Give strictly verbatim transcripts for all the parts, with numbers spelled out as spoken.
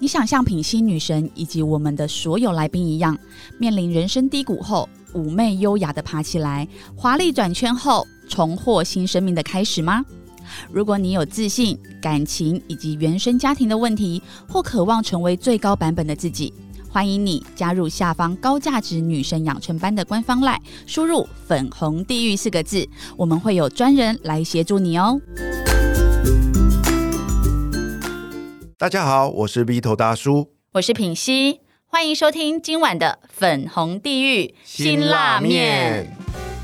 你想像品析女神以及我们的所有来宾一样，面临人生低谷后，妩媚优雅地爬起来，华丽转圈后，重获新生命的开始吗？如果你有自信、感情以及原生家庭的问题，或渴望成为最高版本的自己，欢迎你加入下方高价值女神养成班的官方 LINE， 输入粉红地狱四个字，我们会有专人来协助你哦。 大家好，我是 V 头大叔， 我是品析，欢迎收听今晚的粉红地狱辛辣面。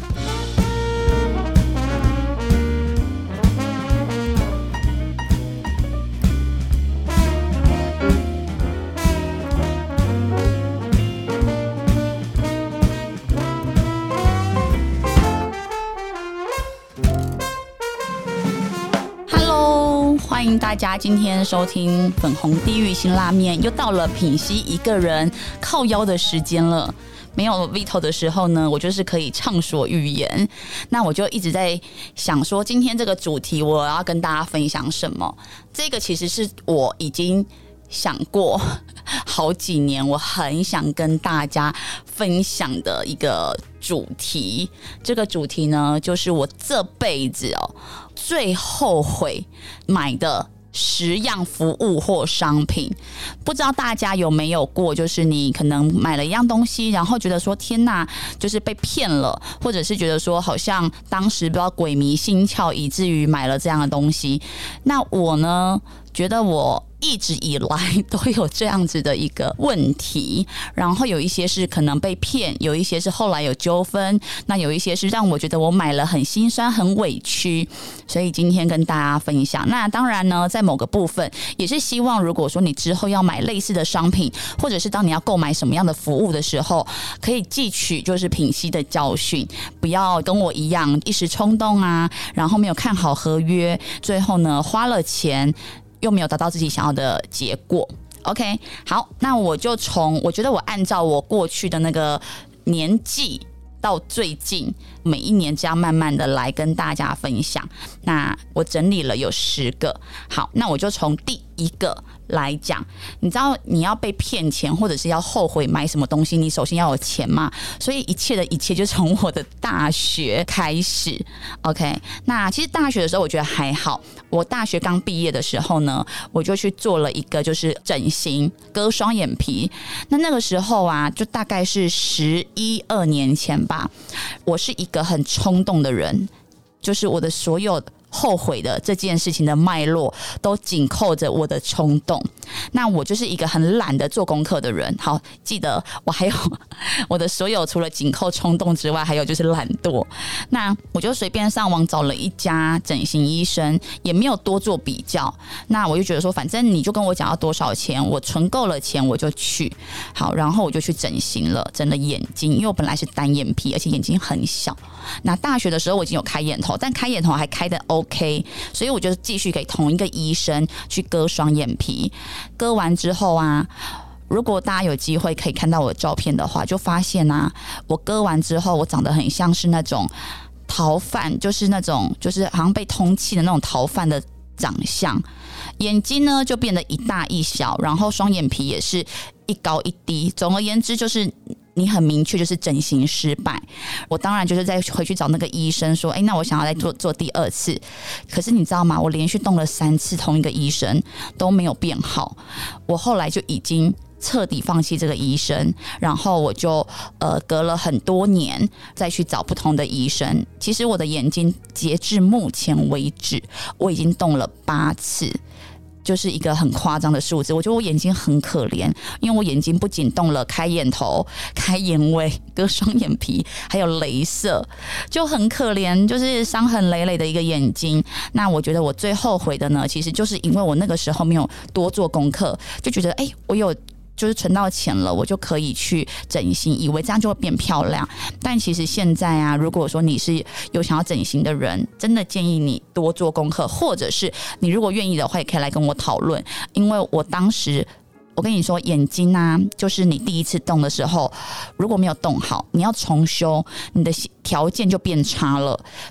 欢迎大家今天收听粉红地狱辛辣面，又到了品析一个人靠腰的时间了。没有 Vito 的时候呢，我就是可以畅所欲言。那我就一直在想说，今天这个主题我要跟大家分享什么？这个其实是我已经想过好几年，我很想跟大家分享的一个主题。这个主题呢，就是我这辈子哦最后悔买的十样服务或商品。不知道大家有没有过，就是你可能买了一样东西，然后觉得说天哪，就是被骗了，或者是觉得说好像当时不知道鬼迷心窍，以至于买了这样的东西。那我呢，觉得我一直以来都有这样子的一个问题，然后有一些是可能被骗，有一些是后来有纠纷，那有一些是让我觉得我买了很心酸很委屈，所以今天跟大家分享。那当然呢，在某个部分也是希望，如果说你之后要买类似的商品，或者是当你要购买什么样的服务的时候，可以汲取就是品析的教训，不要跟我一样一时冲动啊，然后没有看好合约，最后呢花了钱又没有达到自己想要的结果。 OK， 好，那我就从我觉得我按照我过去的那个年纪到最近每一年这样慢慢的来跟大家分享。那我整理了有十个。好，那我就从第一个来讲。你知道你要被骗钱或者是要后悔买什么东西，你首先要有钱嘛，所以一切的一切就从我的大学开始。 OK， 那其实大学的时候我觉得还好，我大学刚毕业的时候呢，我就去做了一个就是整形割双眼皮。那那个时候啊，就大概是十一二年前吧，我是一个很冲动的人，就是我的所有后悔的这件事情的脉络都紧扣着我的冲动。那我就是一个很懒得做功课的人。好，记得我还有我的所有除了紧扣冲动之外，还有就是懒惰。那我就随便上网找了一家整形医生，也没有多做比较。那我就觉得说，反正你就跟我讲要多少钱，我存够了钱我就去。好，然后我就去整形了，整了眼睛，因为我本来是单眼皮，而且眼睛很小。那大学的时候我已经有开眼头，但开眼头还开的 OK， 所以我就继续给同一个医生去割双眼皮。割完之后啊，如果大家有机会可以看到我的照片的话，就发现啊，我割完之后我长得很像是那种逃犯，就是那种就是好像被通缉的那种逃犯的长相。眼睛呢就变得一大一小，然后双眼皮也是一高一低。总而言之就是你很明确就是整形失败。我当然就是再回去找那个医生说，哎，那我想要再做做第二次。可是你知道吗？我连续动了三次同一个医生都没有变好。我后来就已经彻底放弃这个医生，然后我就呃隔了很多年再去找不同的医生。其实我的眼睛截至目前为止，我已经动了八次。就是一个很夸张的数字。我觉得我眼睛很可怜，因为我眼睛不仅动了开眼头、开眼尾、割双眼皮，还有雷射，就很可怜，就是伤痕累累的一个眼睛。那我觉得我最后悔的呢，其实就是因为我那个时候没有多做功课，就觉得哎、欸，我有就是存到钱了，我就可以去整形，以为这样就会变漂亮。但其实现在啊，如果说你是有想要整形的人，真的建议你多做功课，或者是你如果愿意的话，也可以来跟我讨论。因为我当时我跟你说，眼睛啊，就是你第一次动的时候，如果没有动好，你要重修，你的条件就变差了。那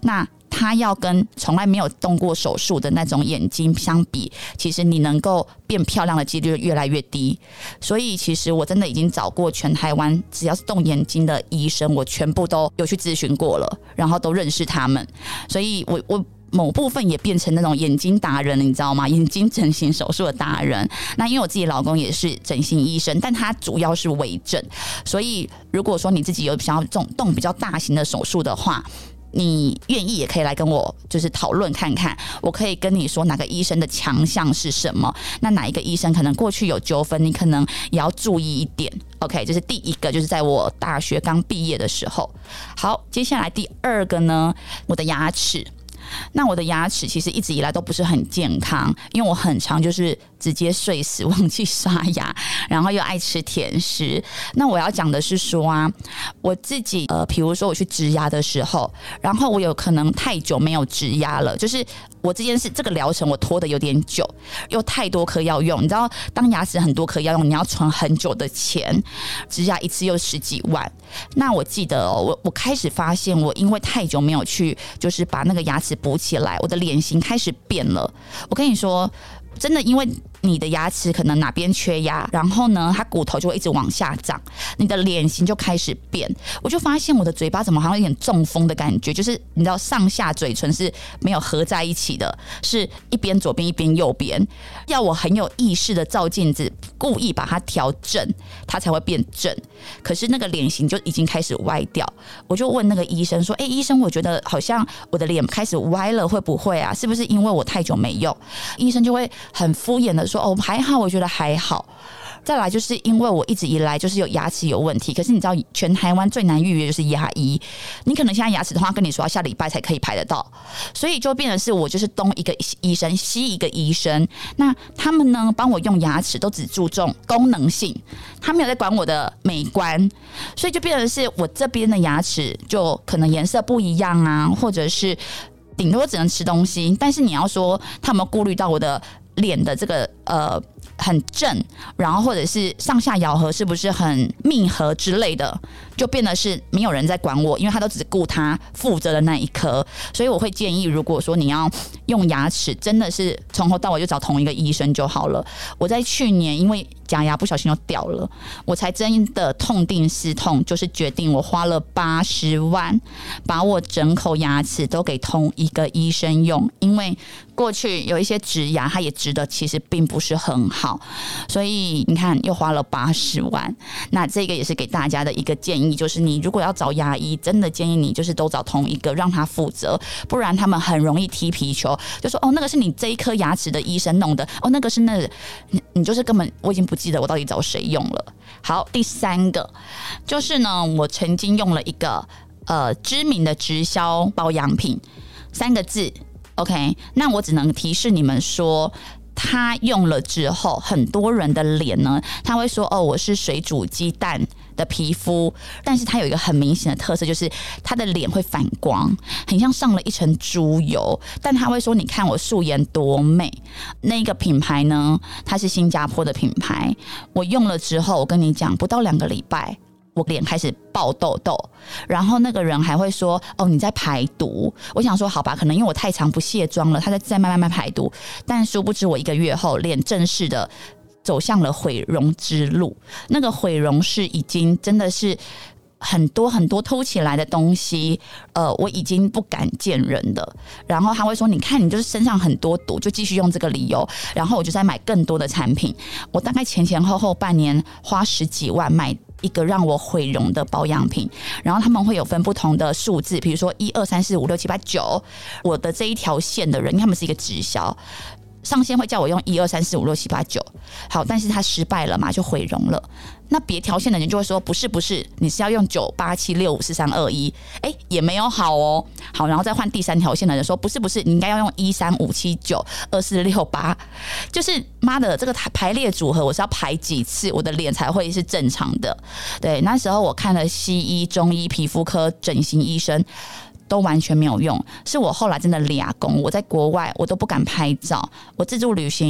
它要跟从来没有动过手术的那种眼睛相比，其实你能够变漂亮的几率越来越低。所以其实我真的已经找过全台湾只要是动眼睛的医生，我全部都有去咨询过了，然后都认识他们。所以我我某部分也变成那种眼睛达人，你知道吗？眼睛整形手术的达人。那因为我自己老公也是整形医生，但他主要是微整，所以如果说你自己有想要这种动比较大型的手术的话，你愿意也可以来跟我就是讨论看看，我可以跟你说哪个医生的强项是什么，那哪一个医生可能过去有纠纷，你可能也要注意一点。 OK， 这是第一个，就是在我大学刚毕业的时候。好，接下来第二个呢，我的牙齿。那我的牙齿其实一直以来都不是很健康，因为我很常就是直接睡死忘记刷牙，然后又爱吃甜食。那我要讲的是说啊，我自己呃，比如说我去植牙的时候，然后我有可能太久没有植牙了，就是我这件事这个疗程我拖得有点久，又太多颗要用，你知道当牙齿很多颗要用，你要存很久的钱，植牙一次又十几万。那我记得哦，我我开始发现我因为太久没有去就是把那个牙齿补起来，我的脸型开始变了。我跟你说真的，因为你的牙齿可能哪边缺牙，然后呢它骨头就会一直往下长，你的脸型就开始变。我就发现我的嘴巴怎么好像有点中风的感觉，就是你知道上下嘴唇是没有合在一起的，是一边左边一边右边，要我很有意识的照镜子，故意把它调正，它才会变正。可是那个脸型就已经开始歪掉。我就问那个医生说，哎、欸，医生，我觉得好像我的脸开始歪了，会不会啊？是不是因为我太久没用？医生就会很敷衍的说，哦，还好，我觉得还好。再来就是因为我一直以来就是有牙齿有问题，可是你知道全台湾最难预约就是牙医，你可能现在牙齿的话跟你说下礼拜才可以排得到，所以就变成是我就是东一个医生西一个医生，那他们呢帮我用牙齿都只注重功能性，他没有在管我的美观，所以就变成是我这边的牙齿就可能颜色不一样啊，或者是顶多只能吃东西，但是你要说他有没有顾虑到我的脸的这个呃很正，然后或者是上下咬合是不是很密合之类的，就变得是没有人在管我，因为他都只顾他负责的那一颗。所以我会建议，如果说你要用牙齿，真的是从头到尾就找同一个医生就好了。我在去年因为假牙不小心就掉了，我才真的痛定思痛，就是决定我花了八十万把我整口牙齿都给同一个医生用，因为过去有一些植牙它也植的其实并不是很好，所以你看又花了八十万。那这个也是给大家的一个建议，就是你如果要找牙医，真的建议你就是都找同一个，让他负责，不然他们很容易踢皮球，就说哦那个是你这一颗牙齿的医生弄的，哦那个是那个，你你就是根本我已经不记得我到底找谁用了。好，第三个就是呢，我曾经用了一个呃知名的直销保养品，三个字 ，OK， 那我只能提示你们说。他用了之后，很多人的脸呢，他会说：“哦，我是水煮鸡蛋的皮肤。”但是它有一个很明显的特色，就是他的脸会反光，很像上了一层猪油。但他会说：“你看我素颜多美。”那个品牌呢，它是新加坡的品牌。我用了之后，我跟你讲，不到两个礼拜。我脸开始爆痘痘，然后那个人还会说：“哦，你在排毒。”我想说，好吧，可能因为我太常不卸妆了，他在在慢慢慢排毒。但殊不知，我一个月后，脸正式的走向了毁容之路。那个毁容是已经真的是很多很多凸起来的东西，呃，我已经不敢见人的。然后他会说：“你看，你就是身上很多毒，就继续用这个理由。”然后我就在买更多的产品。我大概前前后后半年花十几万买一个让我毁容的保养品，然后他们会有分不同的数字，比如说一二三四五六七八九。我的这一条线的人，因为他们是一个直销。上线会叫我用一二三四五六七八九，好，但是他失败了嘛，就毁容了。那别条线的人就会说不是不是，你是要用九八七六五四三二一，哎，也没有好哦。好，然后再换第三条线的人说不是不是，你应该要用一三五七九二四六八，就是妈的这个排列组合，我是要排几次我的脸才会是正常的？对，那时候我看了西医、中医、皮肤科、整形医生。都完全没有用，是我后来真的俩工，我在国外我都不敢拍照，我自助旅行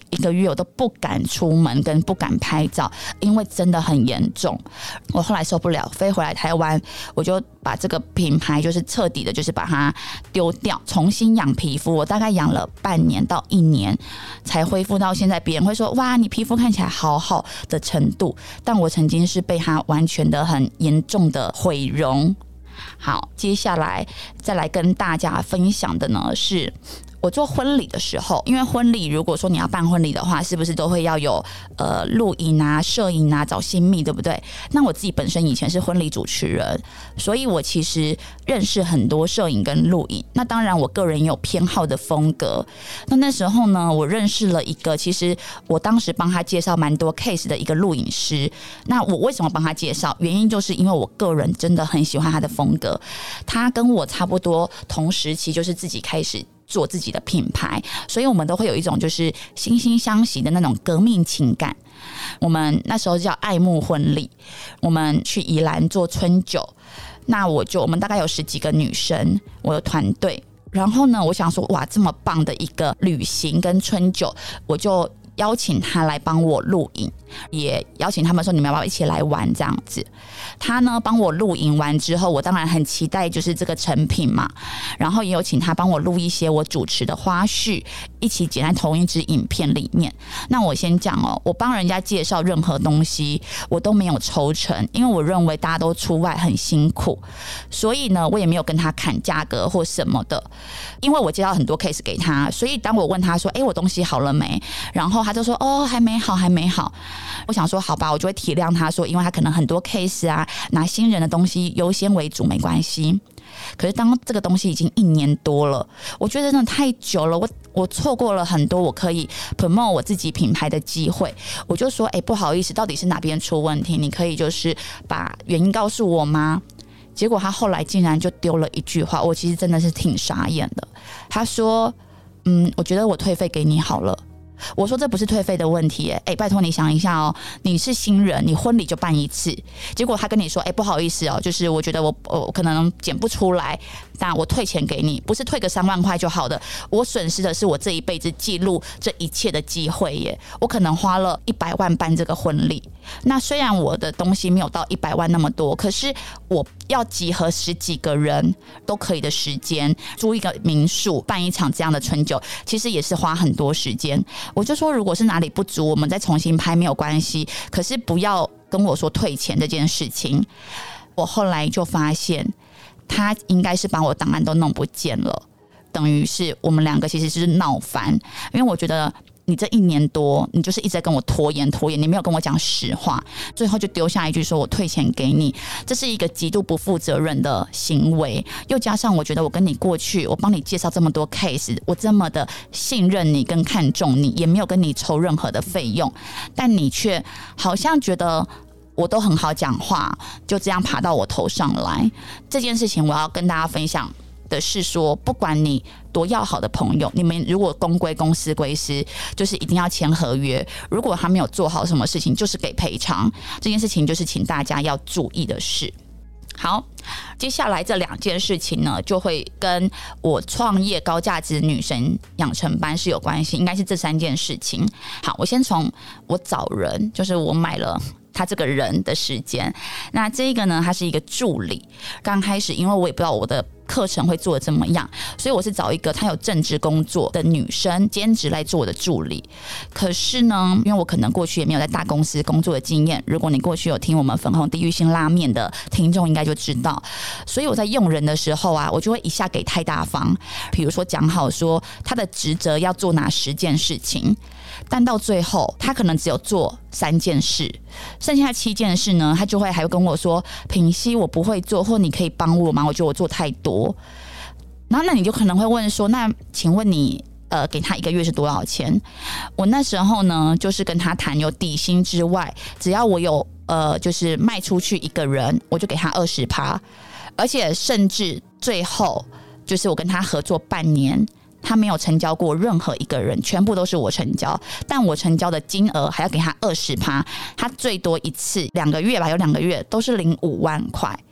一个月我都不敢出门跟不敢拍照，因为真的很严重。我后来受不了，飞回来台湾，我就把这个品牌就是彻底的就是把它丢掉，重新养皮肤。我大概养了半年到一年才恢复到现在别人会说哇你皮肤看起来好好的程度，但我曾经是被它完全的很严重的毁容。好，接下来再来跟大家分享的呢是我做婚礼的时候，因为婚礼如果说你要办婚礼的话，是不是都会要有呃录影啊、摄影啊、找新秘，对不对？那我自己本身以前是婚礼主持人，所以我其实认识很多摄影跟录影。那当然，我个人有偏好的风格。那那时候呢，我认识了一个，其实我当时帮他介绍蛮多 case 的一个录影师。那我为什么帮他介绍？原因就是因为我个人真的很喜欢他的风格。他跟我差不多同时期，就是自己开始做自己的品牌，所以我们都会有一种就是惺惺相惜的那种革命情感。我们那时候叫爱慕婚礼，我们去宜兰做春酒，那我就我们大概有十几个女生，我的团队。然后呢，我想说哇，这么棒的一个旅行跟春酒，我就邀请他来帮我录影，也邀请他们说你们要不要一起来玩这样子。他呢帮我录影完之后，我当然很期待就是这个成品嘛，然后也有请他帮我录一些我主持的花絮，一起剪在同一支影片里面。那我先讲哦，我帮人家介绍任何东西我都没有抽成，因为我认为大家都出外很辛苦，所以呢我也没有跟他砍价格或什么的，因为我介绍很多 case 给他，所以当我问他说哎我东西好了没，然后他就说哦还没好还没好。我想说好吧，我就会体谅他说因为他可能很多 case 啊，拿新人的东西优先为主没关系。可是当这个东西已经一年多了，我觉得真的太久了，我我错过了很多我可以 promote 我自己品牌的机会。我就说哎、欸、不好意思，到底是哪边出问题，你可以就是把原因告诉我吗？结果他后来竟然就丢了一句话，我其实真的是挺傻眼的。他说嗯我觉得我退费给你好了。我说这不是退费的问题耶，哎、欸，拜托你想一下哦，你是新人，你婚礼就办一次，结果他跟你说，哎、欸，不好意思哦，就是我觉得我我可能剪不出来，但我退钱给你，不是退个三万块就好的，我损失的是我这一辈子记录这一切的机会耶，我可能花了一百万办这个婚礼，那虽然我的东西没有到一百万那么多，可是我要集合十几个人都可以的时间，租一个民宿办一场这样的春酒，其实也是花很多时间。我就说如果是哪里不足我们再重新拍没有关系，可是不要跟我说退钱这件事情。我后来就发现他应该是把我档案都弄不见了，等于是我们两个其实是闹翻，因为我觉得你这一年多你就是一直在跟我拖延拖延，你没有跟我讲实话，最后就丢下一句说我退钱给你，这是一个极度不负责任的行为。又加上我觉得我跟你过去我帮你介绍这么多 case， 我这么的信任你跟看重你，也没有跟你抽任何的费用，但你却好像觉得我都很好讲话，就这样爬到我头上来。这件事情我要跟大家分享的是说，不管你多要好的朋友，你们如果公归公私归私，就是一定要签合约，如果他没有做好什么事情就是给赔偿，这件事情就是请大家要注意的事。好，接下来这两件事情呢，就会跟我创业高价值女神养成班是有关系，应该是这三件事情。好，我先从我找人，就是我买了他这个人的时间。那这个呢，他是一个助理。刚开始因为我也不知道我的课程会做得怎么样，所以我是找一个她有正职工作的女生兼职来做我的助理。可是呢，因为我可能过去也没有在大公司工作的经验，如果你过去有听我们粉红地狱辛拉面的听众应该就知道，所以我在用人的时候啊，我就会一下给太大方，比如说讲好说他的职责要做哪十件事情，但到最后他可能只有做三件事，剩下七件事呢，他就会还会跟我说品熙我不会做，或你可以帮我吗？我觉得我做太多。然后那你就可能会问说，那请问你呃给他一个月是多少钱？我那时候呢就是跟他谈有底薪之外，只要我有呃就是卖出去一个人，我就给他 百分之二十， 而且甚至最后就是我跟他合作半年，他没有成交过任何一个人，全部都是我成交，但我成交的金额还要给他 百分之二十， 他最多一次两个月吧，有两个月都是领五万块。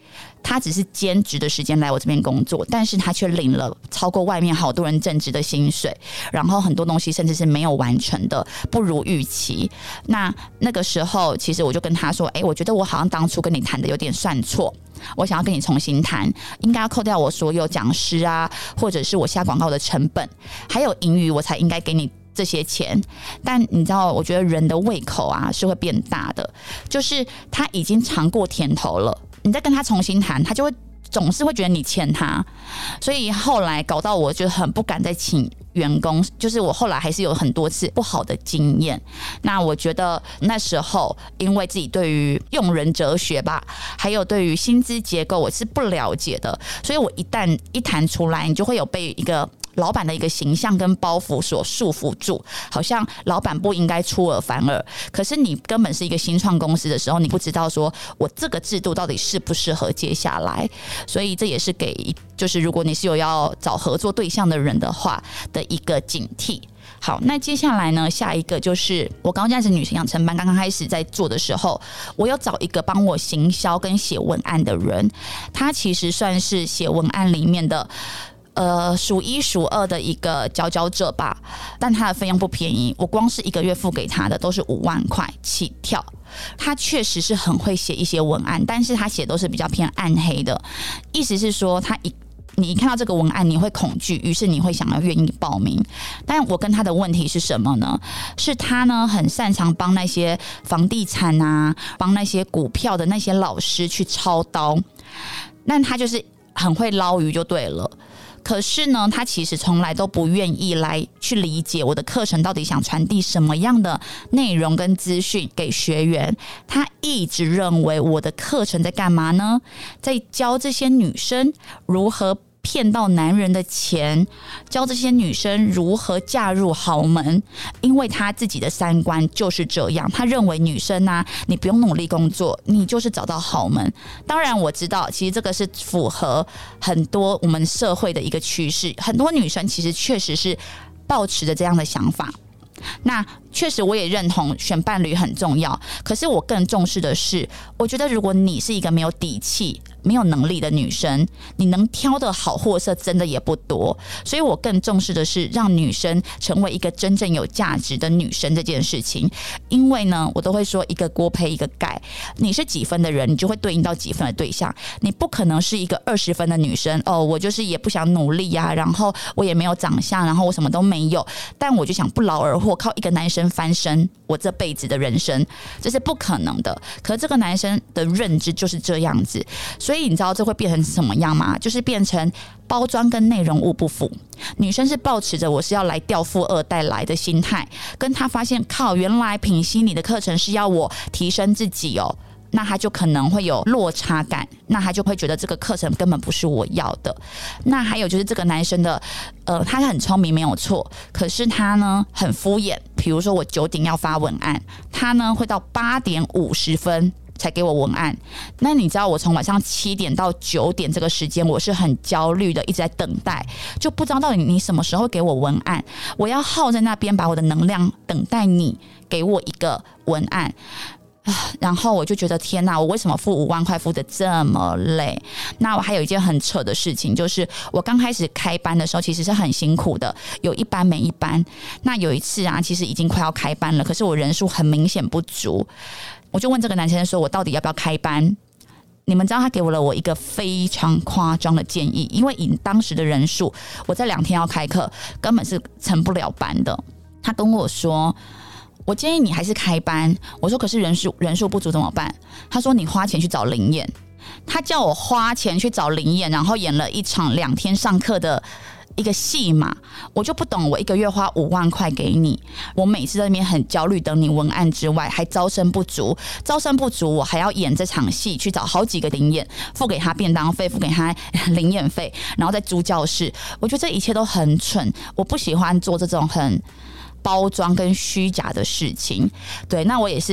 他只是兼职的时间来我这边工作，但是他却领了超过外面好多人正职的薪水，然后很多东西甚至是没有完成的，不如预期。那那个时候其实我就跟他说，哎、欸，我觉得我好像当初跟你谈的有点算错，我想要跟你重新谈，应该要扣掉我所有讲师啊，或者是我下广告的成本，还有盈余，我才应该给你这些钱。但你知道，我觉得人的胃口啊是会变大的，就是他已经尝过甜头了，你再跟他重新谈，他就会总是会觉得你欠他。所以后来搞到我就很不敢再请员工，就是我后来还是有很多次不好的经验。那我觉得那时候因为自己对于用人哲学吧，还有对于薪资结构我是不了解的，所以我一旦一谈出来，你就会有被一个老板的一个形象跟包袱所束缚住，好像老板不应该出尔反尔。可是你根本是一个新创公司的时候，你不知道说我这个制度到底适不适合接下来，所以这也是给就是如果你是有要找合作对象的人的话的一个警惕。好，那接下来呢，下一个就是我高价值女神养成班刚刚开始在做的时候，我有找一个帮我行销跟写文案的人，他其实算是写文案里面的呃，数一数二的一个佼佼者吧，但他的费用不便宜，我光是一个月付给他的都是五万块起跳。他确实是很会写一些文案，但是他写都是比较偏暗黑的，意思是说他一你一看到这个文案你会恐惧，于是你会想要愿意报名。但我跟他的问题是什么呢？是他呢很擅长帮那些房地产啊，帮那些股票的那些老师去操刀，那他就是很会捞鱼就对了。可是呢，他其实从来都不愿意来去理解我的课程到底想传递什么样的内容跟资讯给学员。他一直认为我的课程在干嘛呢？在教这些女生如何骗到男人的钱，教这些女生如何嫁入豪门，因为他自己的三观就是这样，他认为女生啊，你不用努力工作，你就是找到豪门。当然我知道其实这个是符合很多我们社会的一个趋势，很多女生其实确实是抱持着这样的想法。那确实我也认同选伴侣很重要，可是我更重视的是，我觉得如果你是一个没有底气没有能力的女生，你能挑的好货色真的也不多，所以我更重视的是让女生成为一个真正有价值的女生这件事情。因为呢，我都会说一个锅配一个盖，你是几分的人，你就会对应到几分的对象。你不可能是一个二十分的女生哦，我就是也不想努力啊，然后我也没有长相，然后我什么都没有，但我就想不劳而获，靠一个男生翻身我这辈子的人生，这是不可能的。可是这个男生的认知就是这样子，所以你知道这会变成什么样吗？就是变成包装跟内容物不符。女生是抱持着我是要来钓富二代来的心态，跟他发现靠，原来品心理的课程是要我提升自己哦，那他就可能会有落差感，那他就会觉得这个课程根本不是我要的。那还有就是这个男生的呃，他很聪明没有错，可是他呢很敷衍。比如说我九点要发文案，他呢会到八点五十分才给我文案。那你知道我从晚上七点到九点这个时间我是很焦虑的，一直在等待，就不知道到底你什么时候给我文案，我要耗在那边把我的能量等待你给我一个文案。然后我就觉得天哪，我为什么付五万块付得这么累？那我还有一件很扯的事情，就是我刚开始开班的时候其实是很辛苦的，有一班没一班。那有一次啊，其实已经快要开班了，可是我人数很明显不足，我就问这个男生说我到底要不要开班。你们知道他给我了我一个非常夸张的建议，因为以当时的人数，我在两天要开课根本是成不了班的。他跟我说，我建议你还是开班。我说可是人数人数不足怎么办？他说你花钱去找灵演。他叫我花钱去找灵演，然后演了一场两天上课的一个戏码。我就不懂，我一个月花五万块给你，我每次在那边很焦虑等你文案之外，还招生不足，招生不足我还要演这场戏，去找好几个灵演，付给他便当费，付给他灵演费，然后再租教室。我觉得这一切都很蠢，我不喜欢做这种很包装跟虚假的事情。对，那我也是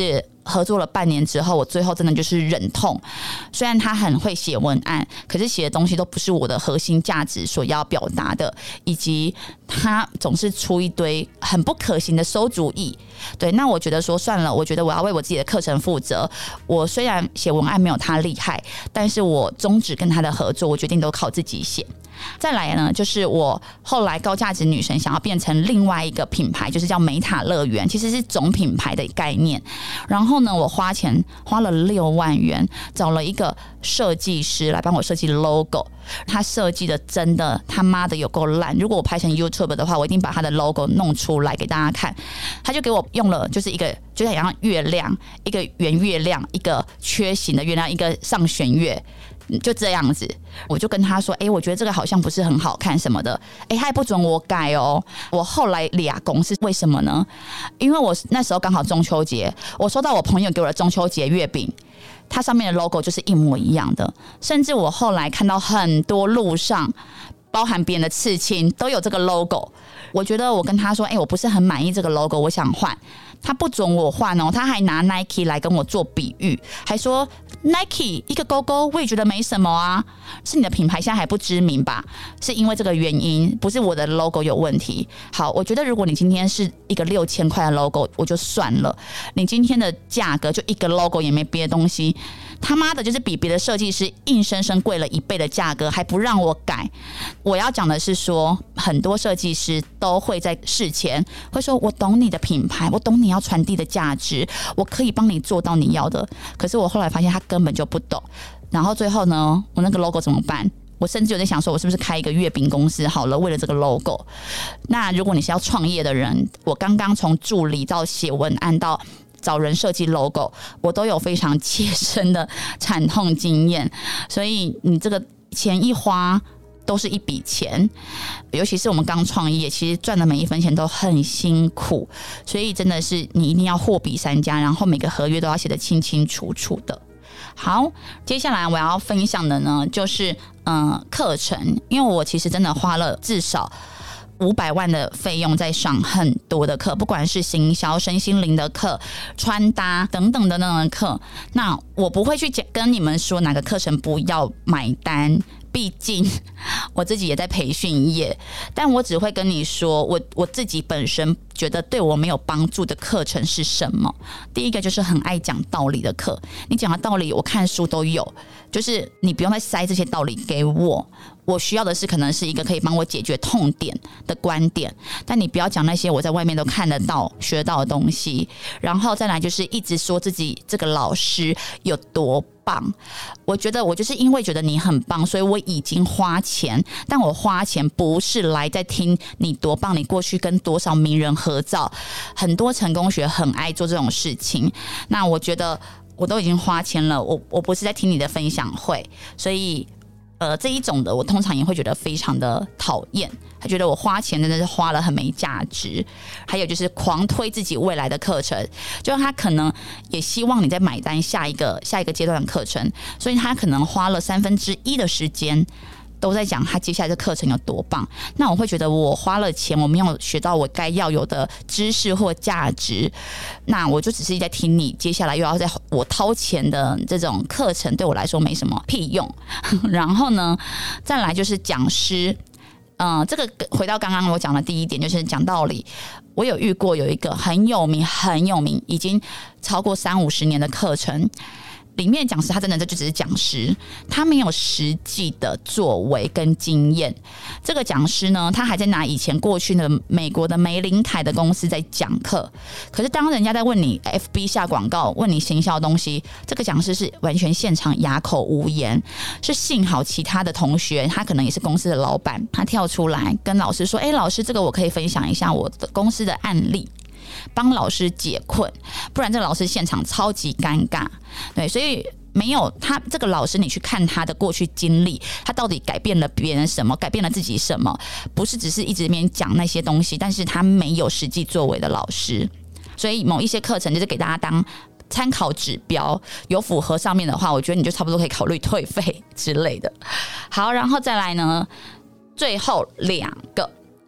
合作了半年之后，我最后真的就是忍痛。虽然他很会写文案，可是写的东西都不是我的核心价值所要表达的，以及他总是出一堆很不可行的馊主意。对，那我觉得说算了，我觉得我要为我自己的课程负责。我虽然写文案没有他厉害，但是我终止跟他的合作，我决定都靠自己写。再来呢，就是我后来高价值女神想要变成另外一个品牌，就是叫美塔乐园，其实是总品牌的概念。然后呢，我花钱花了六万元，找了一个设计师来帮我设计 logo。他设计的真的他妈的有够烂，如果我拍成 YouTube 的话，我一定把他的 logo 弄出来给大家看。他就给我用了就是一个就像月亮，一个圆月亮，一个缺形的月亮，一个上弦月。就这样子，我就跟他说：“哎、欸，我觉得这个好像不是很好看什么的。”哎，他也不准我改哦。我后来俩公是为什么呢？因为我那时候刚好中秋节，我收到我朋友给我的中秋节月饼，它上面的 logo 就是一模一样的。甚至我后来看到很多路上，包含别人的刺青都有这个 logo。我觉得我跟他说：“哎、欸，我不是很满意这个 logo， 我想换。”他不准我换哦，他还拿 Nike 来跟我做比喻，还说 Nike 一个勾勾，我也觉得没什么啊，是你的品牌现在还不知名吧？是因为这个原因，不是我的 logo 有问题。好，我觉得如果你今天是一个六千块的 logo， 我就算了。你今天的价格就一个 logo 也没别的东西，他妈的就是比别的设计师硬生生贵了一倍的价格，还不让我改。我要讲的是说，很多设计师都会在事前会说：“我懂你的品牌，我懂你要传递的价值，我可以帮你做到你要的。”可是我后来发现他根本就不懂。然后最后呢，我那个 logo 怎么办？我甚至有在想说，我是不是开一个月饼公司好了，为了这个 logo。那如果你是要创业的人，我刚刚从助理到写文案到找人设计 logo， 我都有非常切身的惨痛经验，所以你这个钱一花都是一笔钱，尤其是我们刚创业，其实赚的每一分钱都很辛苦，所以真的是你一定要货比三家，然后每个合约都要写得清清楚楚的。好，接下来我要分享的呢，就是嗯课程，因为我其实真的花了至少五百万的费用在上很多的课，不管是行销、身心灵的课、穿搭等等的那种课。那我不会去跟你们说哪个课程不要买单，毕竟我自己也在培训业，但我只会跟你说，我我自己本身觉得对我没有帮助的课程是什么。第一个就是很爱讲道理的课，你讲的道理我看书都有，就是你不用再塞这些道理给我，我需要的是可能是一个可以帮我解决痛点的观点，但你不要讲那些我在外面都看得到学到的东西。然后再来就是一直说自己这个老师有多棒，我觉得我就是因为觉得你很棒，所以我已经花钱，但我花钱不是来在听你多棒，你过去跟多少名人合照，很多成功学很爱做这种事情。那我觉得我都已经花钱了，我我不是在听你的分享会，所以呃，这一种的我通常也会觉得非常的讨厌，他觉得我花钱真的是花了很没价值。还有就是狂推自己未来的课程，就他可能也希望你在买单下一个下一个阶段的课程，所以他可能花了三分之一的时间都在讲他接下来的课程有多棒。那我会觉得我花了钱，我没有学到我该要有的知识或价值，那我就只是在听你接下来又要在我掏钱的这种课程，对我来说没什么屁用。然后呢，再来就是讲师，嗯、呃，这个回到刚刚我讲的第一点，就是讲道理。我有遇过有一个很有名、很有名，已经超过三五十年的课程。里面讲师他真的这就只是讲师，他没有实际的作为跟经验。这个讲师呢，他还在拿以前过去的美国的梅林凯的公司在讲课，可是当人家在问你 F B 下广告，问你行销的东西，这个讲师是完全现场哑口无言。是幸好其他的同学，他可能也是公司的老板，他跳出来跟老师说：“哎、欸，老师，这个我可以分享一下我的公司的案例。”帮老师解困，不然这个老师现场超级尴尬。对，所以没有他这个老师，你去看他的过去经历，他到底改变了别人什么，改变了自己什么？不是只是一直面讲那些东西，但是他没有实际作为的老师。所以某一些课程就是给大家当参考指标，有符合上面的话，我觉得你就差不多可以考虑退费之类的。好，然后再来呢，最后两个。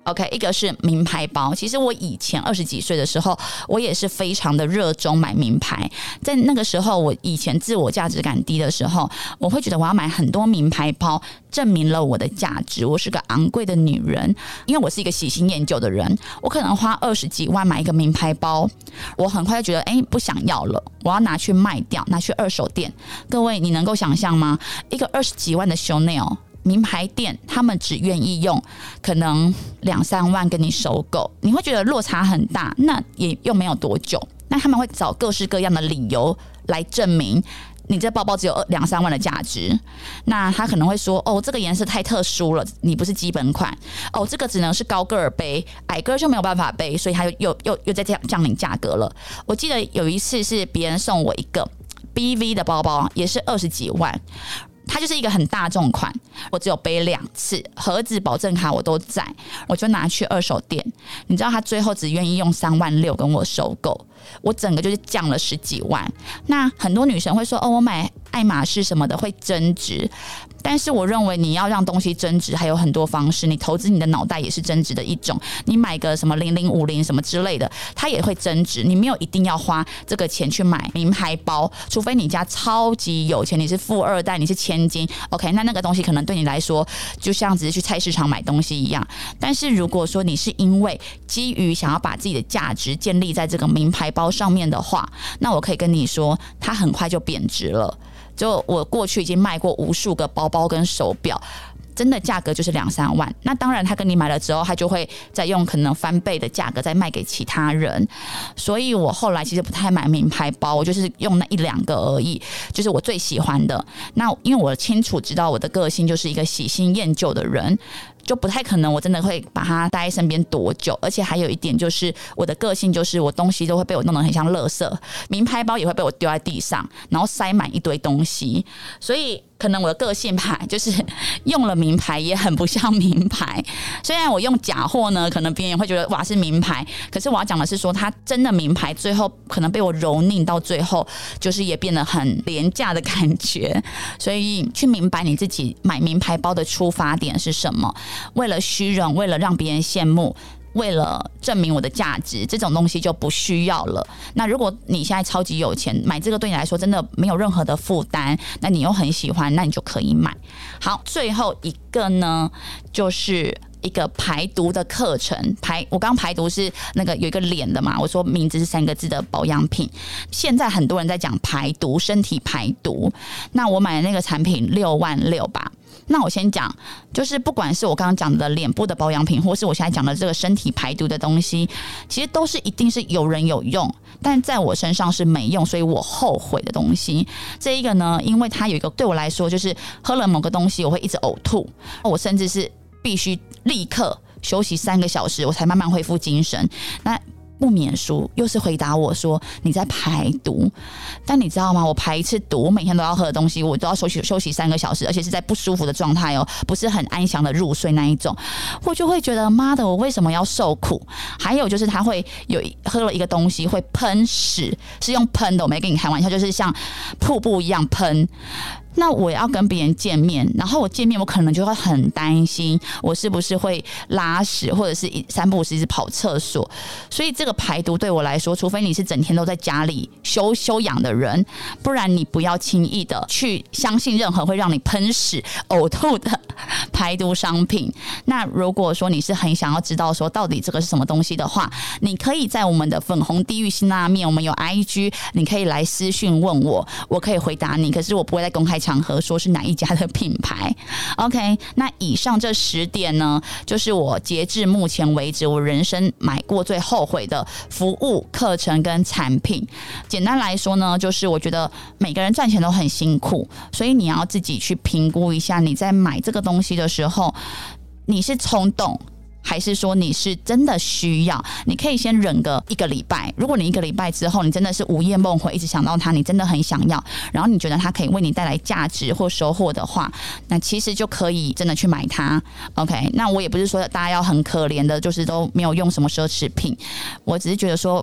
OK， 一个是名牌包。其实我以前二十几岁的时候，我也是非常的热衷买名牌。在那个时候，我以前自我价值感低的时候，我会觉得我要买很多名牌包，证明了我的价值。我是个昂贵的女人，因为我是一个喜新厌旧的人，我可能花二十几万买一个名牌包，我很快就觉得，哎，不想要了，我要拿去卖掉，拿去二手店。各位，你能够想象吗？一个二十几万的 Chanel。名牌店他们只愿意用可能两三万跟你收购，你会觉得落差很大，那也又没有多久，那他们会找各式各样的理由来证明你这包包只有两三万的价值。那他可能会说，哦，这个颜色太特殊了，你不是基本款，哦，这个只能是高个儿背，矮个儿就没有办法背，所以他又又又又在降降领价格了。我记得有一次是别人送我一个 B V 的包包，也是二十几万。它就是一个很大众款，我只有背两次，盒子保证卡我都在，我就拿去二手店。你知道他最后只愿意用三万六跟我收购，我整个就是降了十几万。那很多女生会说，哦，我买爱马仕什么的会增值，但是我认为你要让东西增值还有很多方式，你投资你的脑袋也是增值的一种。你买个什么零零五零什么之类的，它也会增值。你没有一定要花这个钱去买名牌包，除非你家超级有钱，你是富二代，你是千金 ，OK， 那那个东西可能对你来说就像只是去菜市场买东西一样。但是如果说你是因为基于想要把自己的价值建立在这个名牌包上面的话，那我可以跟你说，它很快就贬值了。就我过去已经卖过无数个包包跟手表，真的价格就是两三万。那当然他跟你买了之后，他就会再用可能翻倍的价格再卖给其他人。所以我后来其实不太买名牌包，我就是用那一两个而已，就是我最喜欢的。那因为我清楚知道我的个性就是一个喜新厌旧的人，就不太可能我真的会把它待在身边多久。而且还有一点就是我的个性就是我东西都会被我弄得很像垃圾，名牌包也会被我丢在地上，然后塞满一堆东西。所以可能我的个性牌就是用了名牌也很不像名牌。虽然我用假货呢，可能别人会觉得哇是名牌，可是我要讲的是说它真的名牌最后可能被我蹂躏到最后，就是也变得很廉价的感觉。所以去明白你自己买名牌包的出发点是什么，为了虚荣，为了让别人羡慕，为了证明我的价值，这种东西就不需要了。那如果你现在超级有钱，买这个对你来说真的没有任何的负担，那你又很喜欢，那你就可以买。好，最后一个呢，就是一个排毒的课程。排我刚排毒是那个有一个脸的嘛，我说名字是三个字的保养品。现在很多人在讲排毒，身体排毒。那我买的那个产品六万六吧。那我先讲，就是不管是我刚刚讲的脸部的保养品，或是我现在讲的这个身体排毒的东西，其实都是一定是有人有用，但在我身上是没用，所以我后悔的东西。这一个呢，因为它有一个对我来说，就是喝了某个东西我会一直呕吐，我甚至是必须立刻休息三个小时，我才慢慢恢复精神。那不免俗又是回答我说你在排毒，但你知道吗？我排一次毒，我每天都要喝的东西，我都要休息休息三个小时，而且是在不舒服的状态哦，不是很安详的入睡那一种。我就会觉得妈的，我为什么要受苦？还有就是他会有喝了一个东西会喷屎，是用喷的，我没跟你开玩笑，就是像瀑布一样喷。那我要跟别人见面，然后我见面我可能就会很担心我是不是会拉屎，或者是三不五时一直跑厕所。所以这个排毒对我来说，除非你是整天都在家里休休养的人，不然你不要轻易的去相信任何会让你喷屎呕吐的排毒商品。那如果说你是很想要知道说到底这个是什么东西的话，你可以在我们的粉红地狱辛拉面，我们有 I G， 你可以来私讯问我，我可以回答你，可是我不会在公开场合说是哪一家的品牌。 OK， 那以上这十点呢，就是我截至目前为止我人生买过最后悔的服务、课程跟产品。简单来说呢，就是我觉得每个人赚钱都很辛苦，所以你要自己去评估一下，你在买这个东西的时候，你是冲动还是说你是真的需要。你可以先忍个一个礼拜，如果你一个礼拜之后你真的是午夜梦回，一直想到它，你真的很想要，然后你觉得它可以为你带来价值或收获的话，那其实就可以真的去买它。 OK， 那我也不是说大家要很可怜的就是都没有用什么奢侈品，我只是觉得说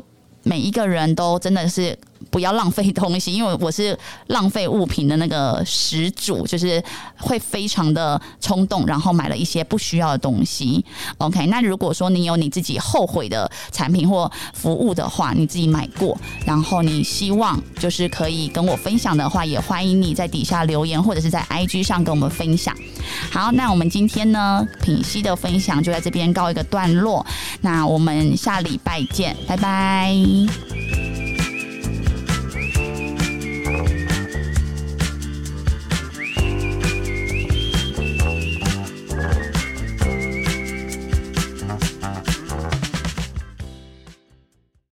每一个人都真的是不要浪费东西，因为我是浪费物品的那个始祖，就是会非常的冲动，然后买了一些不需要的东西。OK， 那如果说你有你自己后悔的产品或服务的话，你自己买过，然后你希望就是可以跟我分享的话，也欢迎你在底下留言，或者是在 I G 上跟我们分享。好，那我们今天呢，品析的分享就在这边告一个段落，那我们下礼拜见，拜拜。